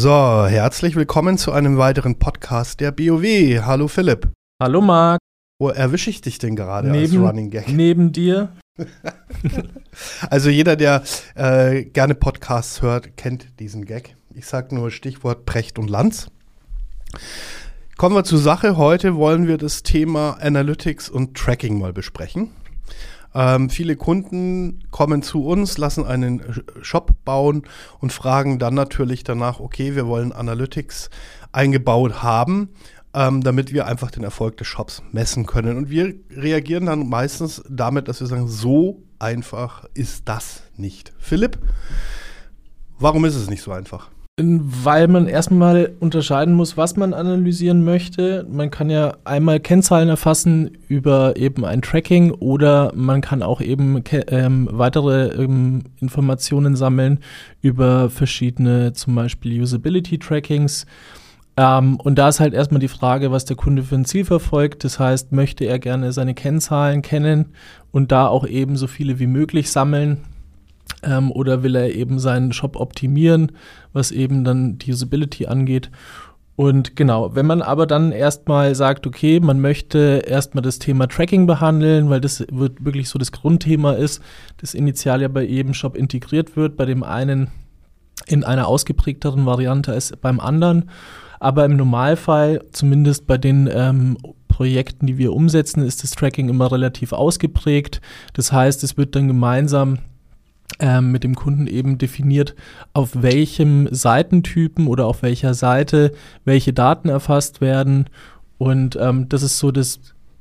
So, herzlich willkommen zu einem weiteren Podcast der BOW. Hallo Philipp. Hallo Marc. Wo erwische ich dich denn gerade als Running Gag? Neben dir. Also jeder, der gerne Podcasts hört, kennt diesen Gag. Ich sage nur Stichwort Precht und Lanz. Kommen wir zur Sache. Heute wollen wir das Thema Analytics und Tracking mal besprechen. Viele Kunden kommen zu uns, lassen einen Shop bauen und fragen dann natürlich danach, okay, wir wollen Analytics eingebaut haben, damit wir einfach den Erfolg des Shops messen können. Und wir reagieren dann meistens damit, dass wir sagen, so einfach ist das nicht. Philipp, warum ist es nicht so einfach? Weil man erstmal unterscheiden muss, was man analysieren möchte. Man kann ja einmal Kennzahlen erfassen über eben ein Tracking oder man kann auch eben weitere Informationen sammeln über verschiedene, zum Beispiel Usability-Trackings. Und da ist halt erstmal die Frage, was der Kunde für ein Ziel verfolgt. Das heißt, möchte er gerne seine Kennzahlen kennen und da auch eben so viele wie möglich sammeln? Oder will er eben seinen Shop optimieren, was eben dann die Usability angeht. Und genau, wenn man aber dann erstmal sagt, okay, man möchte erstmal das Thema Tracking behandeln, weil das wirklich so das Grundthema ist, das initial ja bei jedem Shop integriert wird, bei dem einen in einer ausgeprägteren Variante als beim anderen. Aber im Normalfall, zumindest bei den Projekten, die wir umsetzen, ist das Tracking immer relativ ausgeprägt. Das heißt, es wird dann gemeinsam mit dem Kunden eben definiert, auf welchem Seitentypen oder auf welcher Seite welche Daten erfasst werden. Und das ist so das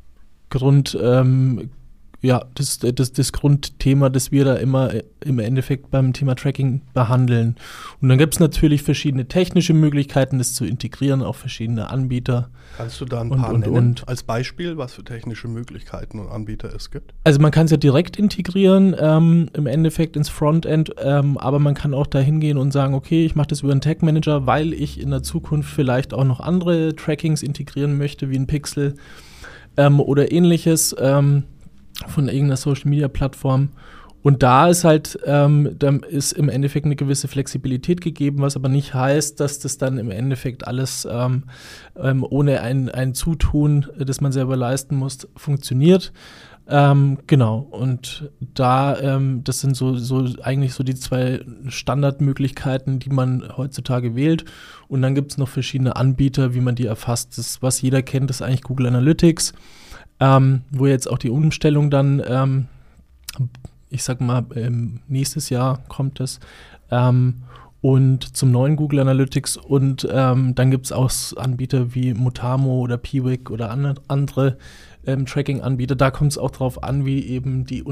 das Grundthema, das wir da immer im Endeffekt beim Thema Tracking behandeln. Und dann gibt es natürlich verschiedene technische Möglichkeiten, das zu integrieren, auch verschiedene Anbieter. Kannst du da ein paar nennen als Beispiel, was für technische Möglichkeiten und Anbieter es gibt? Also man kann es ja direkt integrieren, im Endeffekt ins Frontend, aber man kann auch da hingehen und sagen, okay, ich mache das über einen Tag Manager, weil ich in der Zukunft vielleicht auch noch andere Trackings integrieren möchte, wie ein Pixel oder ähnliches, von irgendeiner Social-Media-Plattform. Und da ist halt, dann ist im Endeffekt eine gewisse Flexibilität gegeben, was aber nicht heißt, dass das dann im Endeffekt alles ohne ein Zutun, das man selber leisten muss, funktioniert. Genau, und da, das sind so eigentlich so die zwei Standardmöglichkeiten, die man heutzutage wählt. Und dann gibt es noch verschiedene Anbieter, wie man die erfasst. Das, was jeder kennt, ist eigentlich Google Analytics, wo jetzt auch die Umstellung dann, ich sag mal, nächstes Jahr kommt es, und zum neuen Google Analytics und dann gibt es auch Anbieter wie Mutamo oder Piwik oder andere Tracking-Anbieter. Da kommt es auch drauf an, wie eben die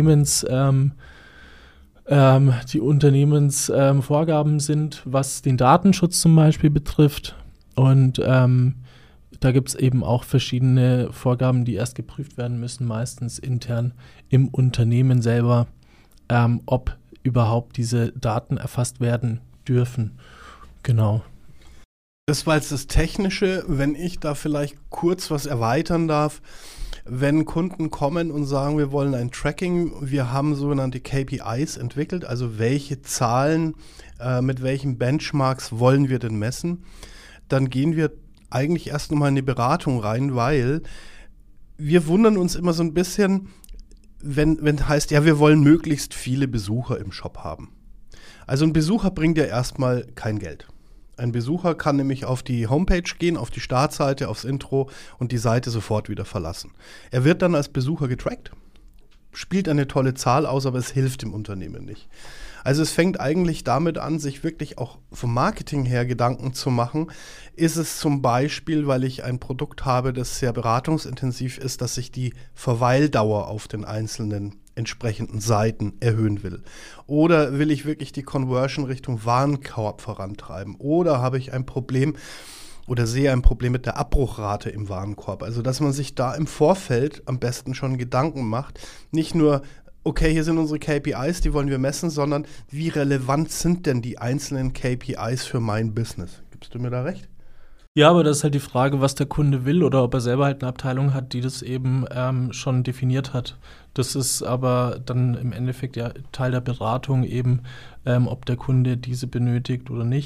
Vorgaben sind, was den Datenschutz zum Beispiel betrifft. Und da gibt es eben auch verschiedene Vorgaben, die erst geprüft werden müssen, meistens intern im Unternehmen selber, ob überhaupt diese Daten erfasst werden dürfen. Genau. Das war jetzt das Technische. Wenn ich da vielleicht kurz was erweitern darf, wenn Kunden kommen und sagen, wir wollen ein Tracking, wir haben sogenannte KPIs entwickelt, also welche Zahlen, mit welchen Benchmarks wollen wir denn messen, dann gehen wir eigentlich erst nochmal in die Beratung rein, weil wir wundern uns immer so ein bisschen, wenn heißt, ja, wir wollen möglichst viele Besucher im Shop haben. Also ein Besucher bringt ja erstmal kein Geld. Ein Besucher kann nämlich auf die Homepage gehen, auf die Startseite, aufs Intro und die Seite sofort wieder verlassen. Er wird dann als Besucher getrackt, spielt eine tolle Zahl aus, aber es hilft dem Unternehmen nicht. Also es fängt eigentlich damit an, sich wirklich auch vom Marketing her Gedanken zu machen. Ist es zum Beispiel, weil ich ein Produkt habe, das sehr beratungsintensiv ist, dass ich die Verweildauer auf den einzelnen entsprechenden Seiten erhöhen will? Oder will ich wirklich die Conversion Richtung Warenkorb vorantreiben? Oder habe ich ein Problem oder sehe ein Problem mit der Abbruchrate im Warenkorb? Also dass man sich da im Vorfeld am besten schon Gedanken macht, nicht nur okay, hier sind unsere KPIs, die wollen wir messen, sondern wie relevant sind denn die einzelnen KPIs für mein Business? Gibst du mir da recht? Ja, aber das ist halt die Frage, was der Kunde will oder ob er selber halt eine Abteilung hat, die das eben schon definiert hat. Das ist aber dann im Endeffekt ja Teil der Beratung eben, ob der Kunde diese benötigt oder nicht.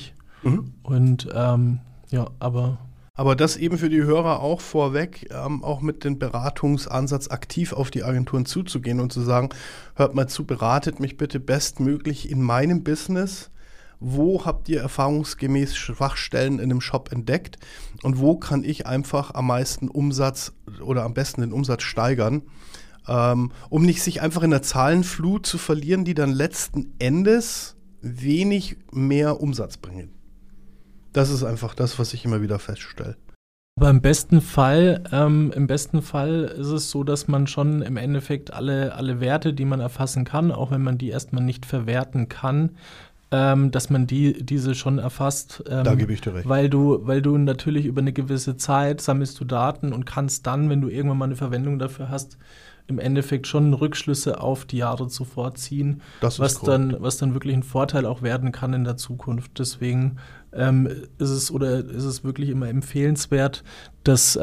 Und aber das eben für die Hörer auch vorweg, auch mit dem Beratungsansatz aktiv auf die Agenturen zuzugehen und zu sagen, hört mal zu, beratet mich bitte bestmöglich in meinem Business. Wo habt ihr erfahrungsgemäß Schwachstellen in einem Shop entdeckt und wo kann ich einfach am meisten Umsatz oder am besten den Umsatz steigern, um nicht sich einfach in der Zahlenflut zu verlieren, die dann letzten Endes wenig mehr Umsatz bringen. Das ist einfach das, was ich immer wieder feststelle. Aber im besten Fall ist es so, dass man schon im Endeffekt alle Werte, die man erfassen kann, auch wenn man die erstmal nicht verwerten kann, dass man diese schon erfasst. Da gebe ich dir recht. Weil du natürlich über eine gewisse Zeit sammelst du Daten und kannst dann, wenn du irgendwann mal eine Verwendung dafür hast, im Endeffekt schon Rückschlüsse auf die Jahre zuvor ziehen, was dann wirklich ein Vorteil auch werden kann in der Zukunft. Deswegen ist es wirklich immer empfehlenswert, dass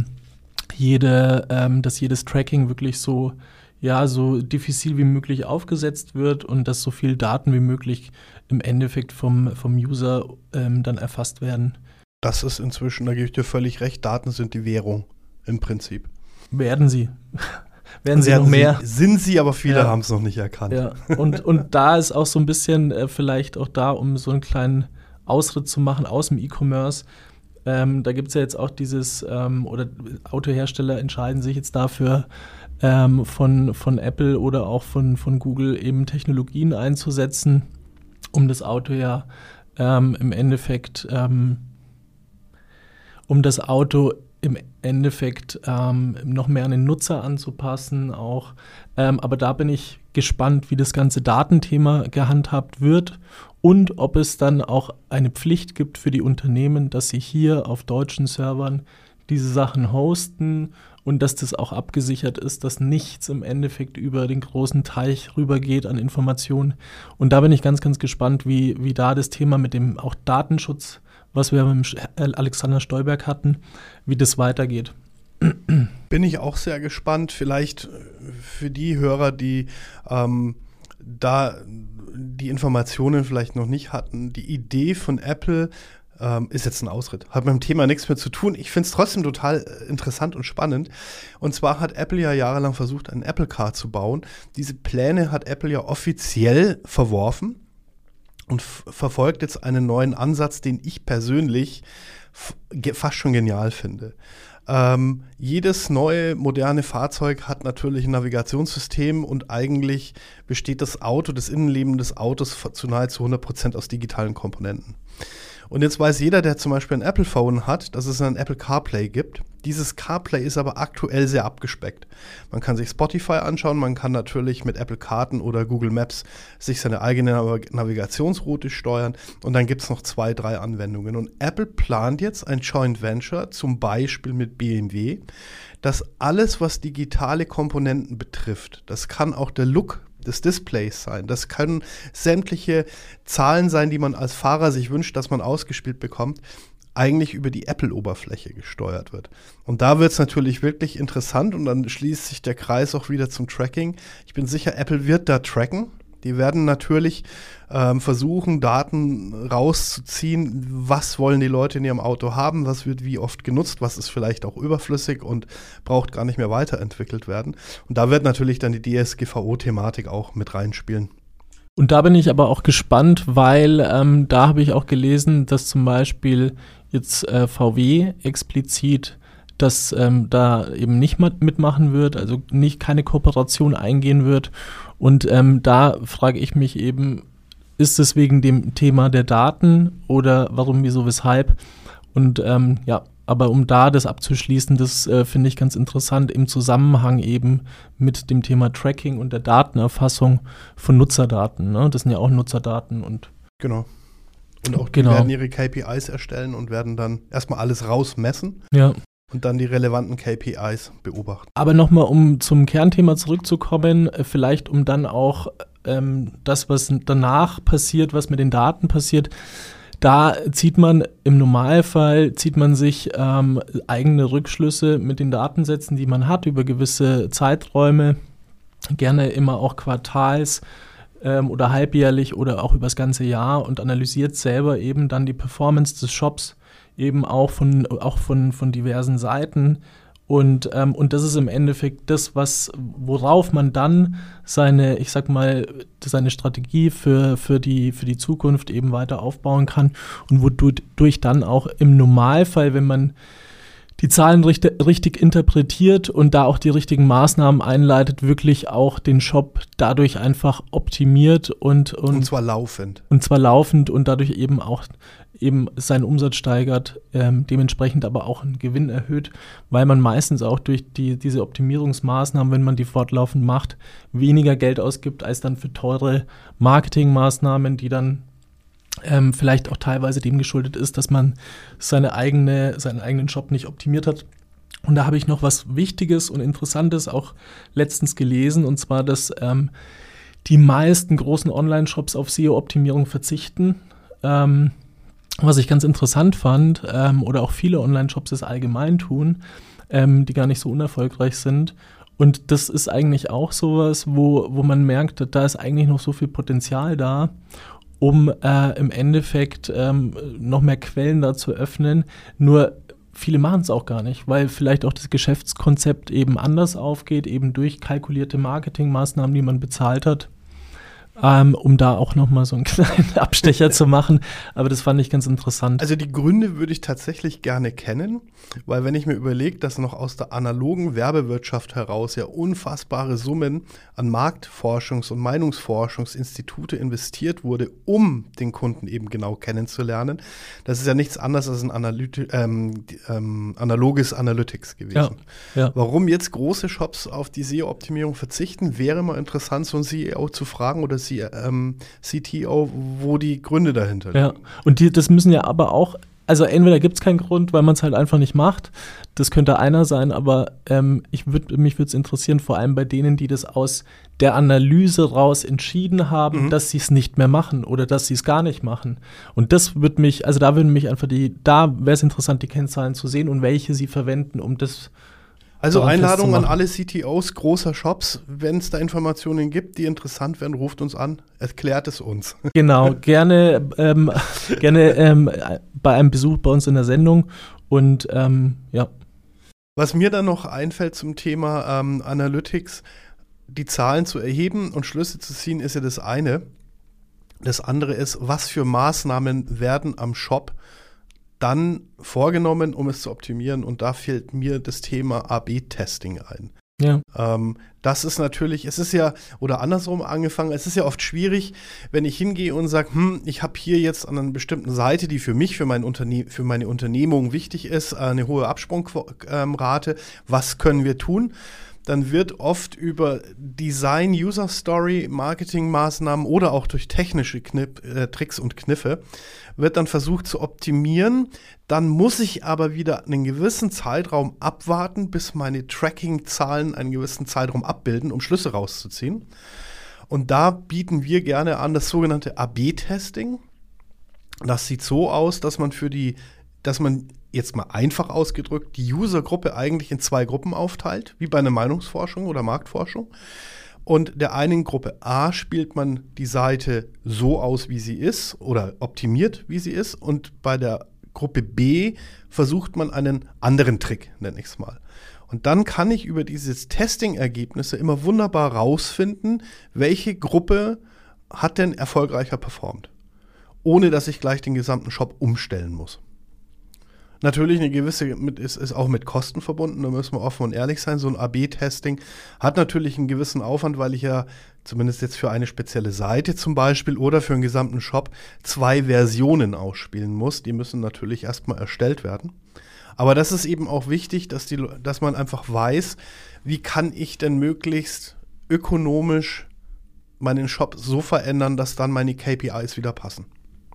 jedes Tracking wirklich so diffizil wie möglich aufgesetzt wird und dass so viel Daten wie möglich im Endeffekt vom User dann erfasst werden. Das ist inzwischen, da gebe ich dir völlig recht, Daten sind die Währung im Prinzip. Werden sie. Werden sie noch mehr. Sind sie, aber viele haben es noch nicht erkannt. Ja. Und da ist auch so ein bisschen vielleicht auch da, um so einen kleinen Ausritt zu machen aus dem E-Commerce. Da gibt es ja jetzt auch dieses, oder Autohersteller entscheiden sich jetzt dafür, von Apple oder auch von Google eben Technologien einzusetzen, um das Auto im Endeffekt noch mehr an den Nutzer anzupassen auch. Aber da bin ich gespannt, wie das ganze Datenthema gehandhabt wird und ob es dann auch eine Pflicht gibt für die Unternehmen, dass sie hier auf deutschen Servern diese Sachen hosten und dass das auch abgesichert ist, dass nichts im Endeffekt über den großen Teich rübergeht an Informationen. Und da bin ich ganz, ganz gespannt, wie da das Thema mit dem auch Datenschutz, was wir mit Alexander Stolberg hatten, wie das weitergeht. Bin ich auch sehr gespannt. Vielleicht für die Hörer, die da die Informationen vielleicht noch nicht hatten. Die Idee von Apple ist jetzt ein Ausritt. Hat mit dem Thema nichts mehr zu tun. Ich finde es trotzdem total interessant und spannend. Und zwar hat Apple ja jahrelang versucht, einen Apple Car zu bauen. Diese Pläne hat Apple ja offiziell verworfen und verfolgt jetzt einen neuen Ansatz, den ich persönlich fast schon genial finde. Jedes neue, moderne Fahrzeug hat natürlich ein Navigationssystem und eigentlich besteht das Innenleben des Autos zu nahezu 100% aus digitalen Komponenten. Und jetzt weiß jeder, der zum Beispiel ein Apple-Phone hat, dass es einen Apple CarPlay gibt. Dieses CarPlay ist aber aktuell sehr abgespeckt. Man kann sich Spotify anschauen, man kann natürlich mit Apple Karten oder Google Maps sich seine eigene Navigationsroute steuern und dann gibt es noch 2, 3 Anwendungen. Und Apple plant jetzt ein Joint Venture, zum Beispiel mit BMW, dass alles, was digitale Komponenten betrifft, das kann auch der Look des Displays sein. Das können sämtliche Zahlen sein, die man als Fahrer sich wünscht, dass man ausgespielt bekommt, eigentlich über die Apple-Oberfläche gesteuert wird. Und da wird es natürlich wirklich interessant und dann schließt sich der Kreis auch wieder zum Tracking. Ich bin sicher, Apple wird da tracken. Die werden natürlich versuchen, Daten rauszuziehen, was wollen die Leute in ihrem Auto haben, was wird wie oft genutzt, was ist vielleicht auch überflüssig und braucht gar nicht mehr weiterentwickelt werden. Und da wird natürlich dann die DSGVO-Thematik auch mit reinspielen. Und da bin ich aber auch gespannt, weil da habe ich auch gelesen, dass zum Beispiel jetzt VW explizit das da eben nicht mitmachen wird, also keine Kooperation eingehen wird. Und da frage ich mich eben, ist es wegen dem Thema der Daten oder warum, wieso, weshalb? Und aber um da das abzuschließen, das finde ich ganz interessant im Zusammenhang eben mit dem Thema Tracking und der Datenerfassung von Nutzerdaten. Ne? Das sind ja auch Nutzerdaten und genau. Und auch die werden ihre KPIs erstellen und werden dann erstmal alles rausmessen. Ja. Und dann die relevanten KPIs beobachten. Aber nochmal, um zum Kernthema zurückzukommen, vielleicht um dann auch das, was danach passiert, was mit den Daten passiert, da zieht man im Normalfall sich eigene Rückschlüsse mit den Datensätzen, die man hat, über gewisse Zeiträume, gerne immer auch oder halbjährlich oder auch übers ganze Jahr und analysiert selber eben dann die Performance des Shops eben auch von diversen Seiten. Und das ist im Endeffekt das, worauf man dann seine Strategie für die Zukunft eben weiter aufbauen kann und wodurch dann auch im Normalfall, wenn man die Zahlen richtig interpretiert und da auch die richtigen Maßnahmen einleitet, wirklich auch den Shop dadurch einfach optimiert und zwar laufend. Und zwar laufend und dadurch eben auch seinen Umsatz steigert, dementsprechend aber auch einen Gewinn erhöht, weil man meistens auch durch diese Optimierungsmaßnahmen, wenn man die fortlaufend macht, weniger Geld ausgibt als dann für teure Marketingmaßnahmen, die dann vielleicht auch teilweise dem geschuldet ist, dass man seinen eigenen Shop nicht optimiert hat. Und da habe ich noch was Wichtiges und Interessantes auch letztens gelesen, und zwar, dass die meisten großen Online-Shops auf SEO-Optimierung verzichten. Was ich ganz interessant fand, oder auch viele Online-Shops es allgemein tun, die gar nicht so unerfolgreich sind. Und das ist eigentlich auch sowas, wo man merkt, da ist eigentlich noch so viel Potenzial da, um im Endeffekt noch mehr Quellen da zu öffnen. Nur viele machen es auch gar nicht, weil vielleicht auch das Geschäftskonzept eben anders aufgeht, eben durch kalkulierte Marketingmaßnahmen, die man bezahlt hat, um da auch nochmal so einen kleinen Abstecher zu machen. Aber das fand ich ganz interessant. Also die Gründe würde ich tatsächlich gerne kennen, weil wenn ich mir überlege, dass noch aus der analogen Werbewirtschaft heraus ja unfassbare Summen an Marktforschungs- und Meinungsforschungsinstitute investiert wurde, um den Kunden eben genau kennenzulernen, das ist ja nichts anderes als ein analoges Analytics gewesen. Ja. Warum jetzt große Shops auf die SEO-Optimierung verzichten, wäre mal interessant, so ein CEO zu fragen oder CTO, wo die Gründe dahinter liegen. Ja, und das müssen ja aber auch, also entweder gibt es keinen Grund, weil man es halt einfach nicht macht, das könnte einer sein, aber mich würde es interessieren, vor allem bei denen, die das aus der Analyse raus entschieden haben, dass sie es nicht mehr machen oder dass sie es gar nicht machen. Und das da wäre es interessant, die Kennzahlen zu sehen und welche sie verwenden, um das. Also Einladung an alle CTOs großer Shops, wenn es da Informationen gibt, die interessant werden, ruft uns an, erklärt es uns. Genau, gerne bei einem Besuch bei uns in der Sendung und ja. Was mir dann noch einfällt zum Thema Analytics, die Zahlen zu erheben und Schlüsse zu ziehen, ist ja das eine. Das andere ist, was für Maßnahmen werden am Shop dann vorgenommen, um es zu optimieren. Und da fällt mir das Thema A/B-Testing ein. Ja. Das ist natürlich, es ist ja, oder andersrum angefangen, es ist ja oft schwierig, wenn ich hingehe und sage, ich habe hier jetzt an einer bestimmten Seite, die für mich, für meine Unternehmung wichtig ist, eine hohe Absprungrate, was können wir tun? Dann wird oft über Design, User Story, Marketingmaßnahmen oder auch durch technische Tricks und Kniffe wird dann versucht zu optimieren. Dann muss ich aber wieder einen gewissen Zeitraum abwarten, bis meine Tracking-Zahlen einen gewissen Zeitraum abbilden, um Schlüsse rauszuziehen. Und da bieten wir gerne an das sogenannte A/B-Testing. Das sieht so aus, dass man jetzt mal einfach ausgedrückt, die Usergruppe eigentlich in 2 Gruppen aufteilt, wie bei einer Meinungsforschung oder Marktforschung. Und der einen Gruppe A spielt man die Seite so aus, wie sie ist oder optimiert, wie sie ist. Und bei der Gruppe B versucht man einen anderen Trick, nenne ich es mal. Und dann kann ich über diese Testing-Ergebnisse immer wunderbar rausfinden, welche Gruppe hat denn erfolgreicher performt, ohne dass ich gleich den gesamten Shop umstellen muss. Natürlich eine gewisse ist auch mit Kosten verbunden, da müssen wir offen und ehrlich sein. So ein A/B-Testing hat natürlich einen gewissen Aufwand, weil ich ja zumindest jetzt für eine spezielle Seite zum Beispiel oder für einen gesamten Shop 2 Versionen ausspielen muss. Die müssen natürlich erstmal erstellt werden. Aber das ist eben auch wichtig, dass man einfach weiß, wie kann ich denn möglichst ökonomisch meinen Shop so verändern, dass dann meine KPIs wieder passen.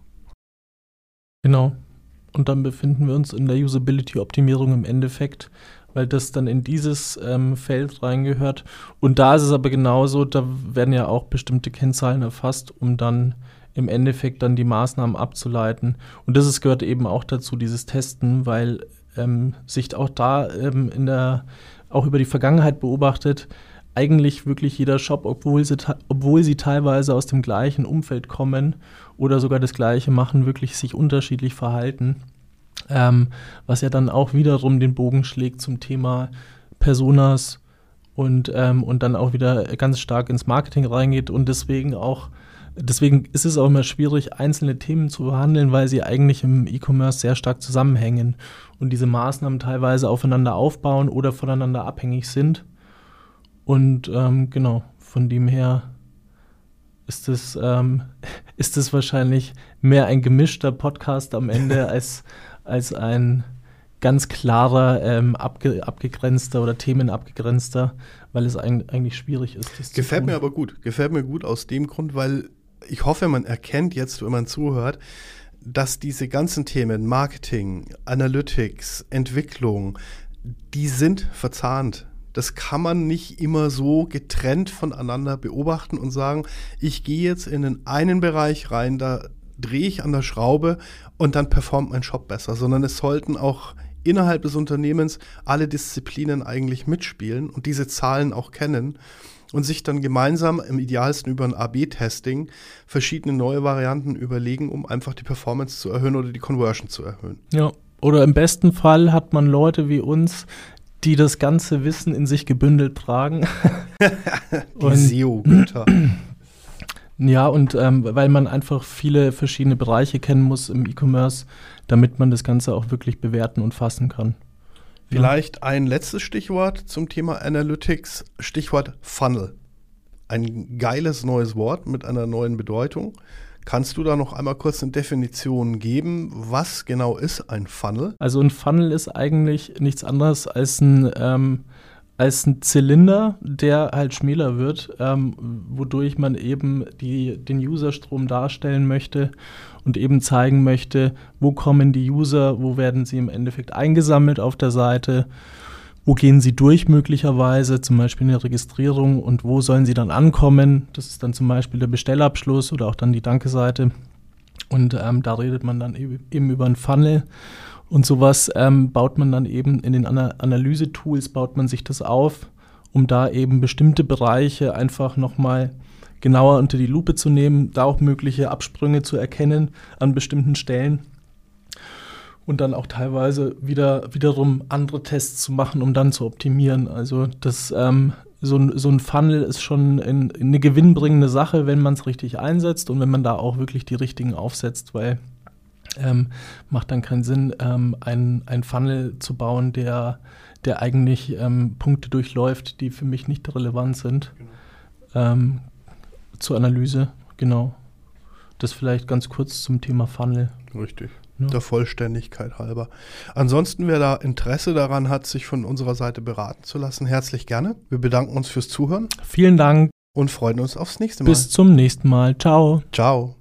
Genau. Und dann befinden wir uns in der Usability-Optimierung im Endeffekt, weil das dann in dieses Feld reingehört. Und da ist es aber genauso, da werden ja auch bestimmte Kennzahlen erfasst, um dann im Endeffekt dann die Maßnahmen abzuleiten. Und gehört eben auch dazu, dieses Testen, weil sich auch da auch über die Vergangenheit beobachtet, eigentlich wirklich jeder Shop, obwohl sie teilweise aus dem gleichen Umfeld kommen oder sogar das Gleiche machen, wirklich sich unterschiedlich verhalten. Was ja dann auch wiederum den Bogen schlägt zum Thema Personas und dann auch wieder ganz stark ins Marketing reingeht und deswegen ist es auch immer schwierig, einzelne Themen zu behandeln, weil sie eigentlich im E-Commerce sehr stark zusammenhängen und diese Maßnahmen teilweise aufeinander aufbauen oder voneinander abhängig sind. Und genau, von dem her ist es wahrscheinlich mehr ein gemischter Podcast am Ende als ein ganz klarer, abgegrenzter oder themenabgegrenzter, weil es eigentlich schwierig ist. Das Gefällt mir aber gut. Gefällt mir gut aus dem Grund, weil ich hoffe, man erkennt jetzt, wenn man zuhört, dass diese ganzen Themen Marketing, Analytics, Entwicklung, die sind verzahnt. Das kann man nicht immer so getrennt voneinander beobachten und sagen, ich gehe jetzt in den einen Bereich rein, da drehe ich an der Schraube und dann performt mein Shop besser, sondern es sollten auch innerhalb des Unternehmens alle Disziplinen eigentlich mitspielen und diese Zahlen auch kennen und sich dann gemeinsam im idealsten über ein A/B-Testing verschiedene neue Varianten überlegen, um einfach die Performance zu erhöhen oder die Conversion zu erhöhen. Ja, oder im besten Fall hat man Leute wie uns, die das ganze Wissen in sich gebündelt tragen. Die SEO-Güter. Ja, und weil man einfach viele verschiedene Bereiche kennen muss im E-Commerce, damit man das Ganze auch wirklich bewerten und fassen kann. Vielleicht ein letztes Stichwort zum Thema Analytics, Stichwort Funnel. Ein geiles neues Wort mit einer neuen Bedeutung. Kannst du da noch einmal kurz eine Definition geben? Was genau ist ein Funnel? Also ein Funnel ist eigentlich nichts anderes als ein Zylinder, der halt schmäler wird, wodurch man eben den Userstrom darstellen möchte und eben zeigen möchte, wo kommen die User, wo werden sie im Endeffekt eingesammelt auf der Seite, wo gehen sie durch möglicherweise, zum Beispiel in der Registrierung und wo sollen sie dann ankommen. Das ist dann zum Beispiel der Bestellabschluss oder auch dann die Danke-Seite und da redet man dann eben über einen Funnel. Und sowas baut man dann eben in den Analyse-Tools, baut man sich das auf, um da eben bestimmte Bereiche einfach nochmal genauer unter die Lupe zu nehmen, da auch mögliche Absprünge zu erkennen an bestimmten Stellen und dann auch teilweise wiederum andere Tests zu machen, um dann zu optimieren. Also das so ein Funnel ist schon eine gewinnbringende Sache, wenn man es richtig einsetzt und wenn man da auch wirklich die richtigen aufsetzt, weil macht dann keinen Sinn, ein Funnel zu bauen, der eigentlich Punkte durchläuft, die für mich nicht relevant sind. Genau. Zur Analyse, genau. Das vielleicht ganz kurz zum Thema Funnel. Richtig, ja. Der Vollständigkeit halber. Ansonsten, wer da Interesse daran hat, sich von unserer Seite beraten zu lassen, herzlich gerne. Wir bedanken uns fürs Zuhören. Vielen Dank. Und freuen uns aufs nächste Mal. Bis zum nächsten Mal. Ciao. Ciao.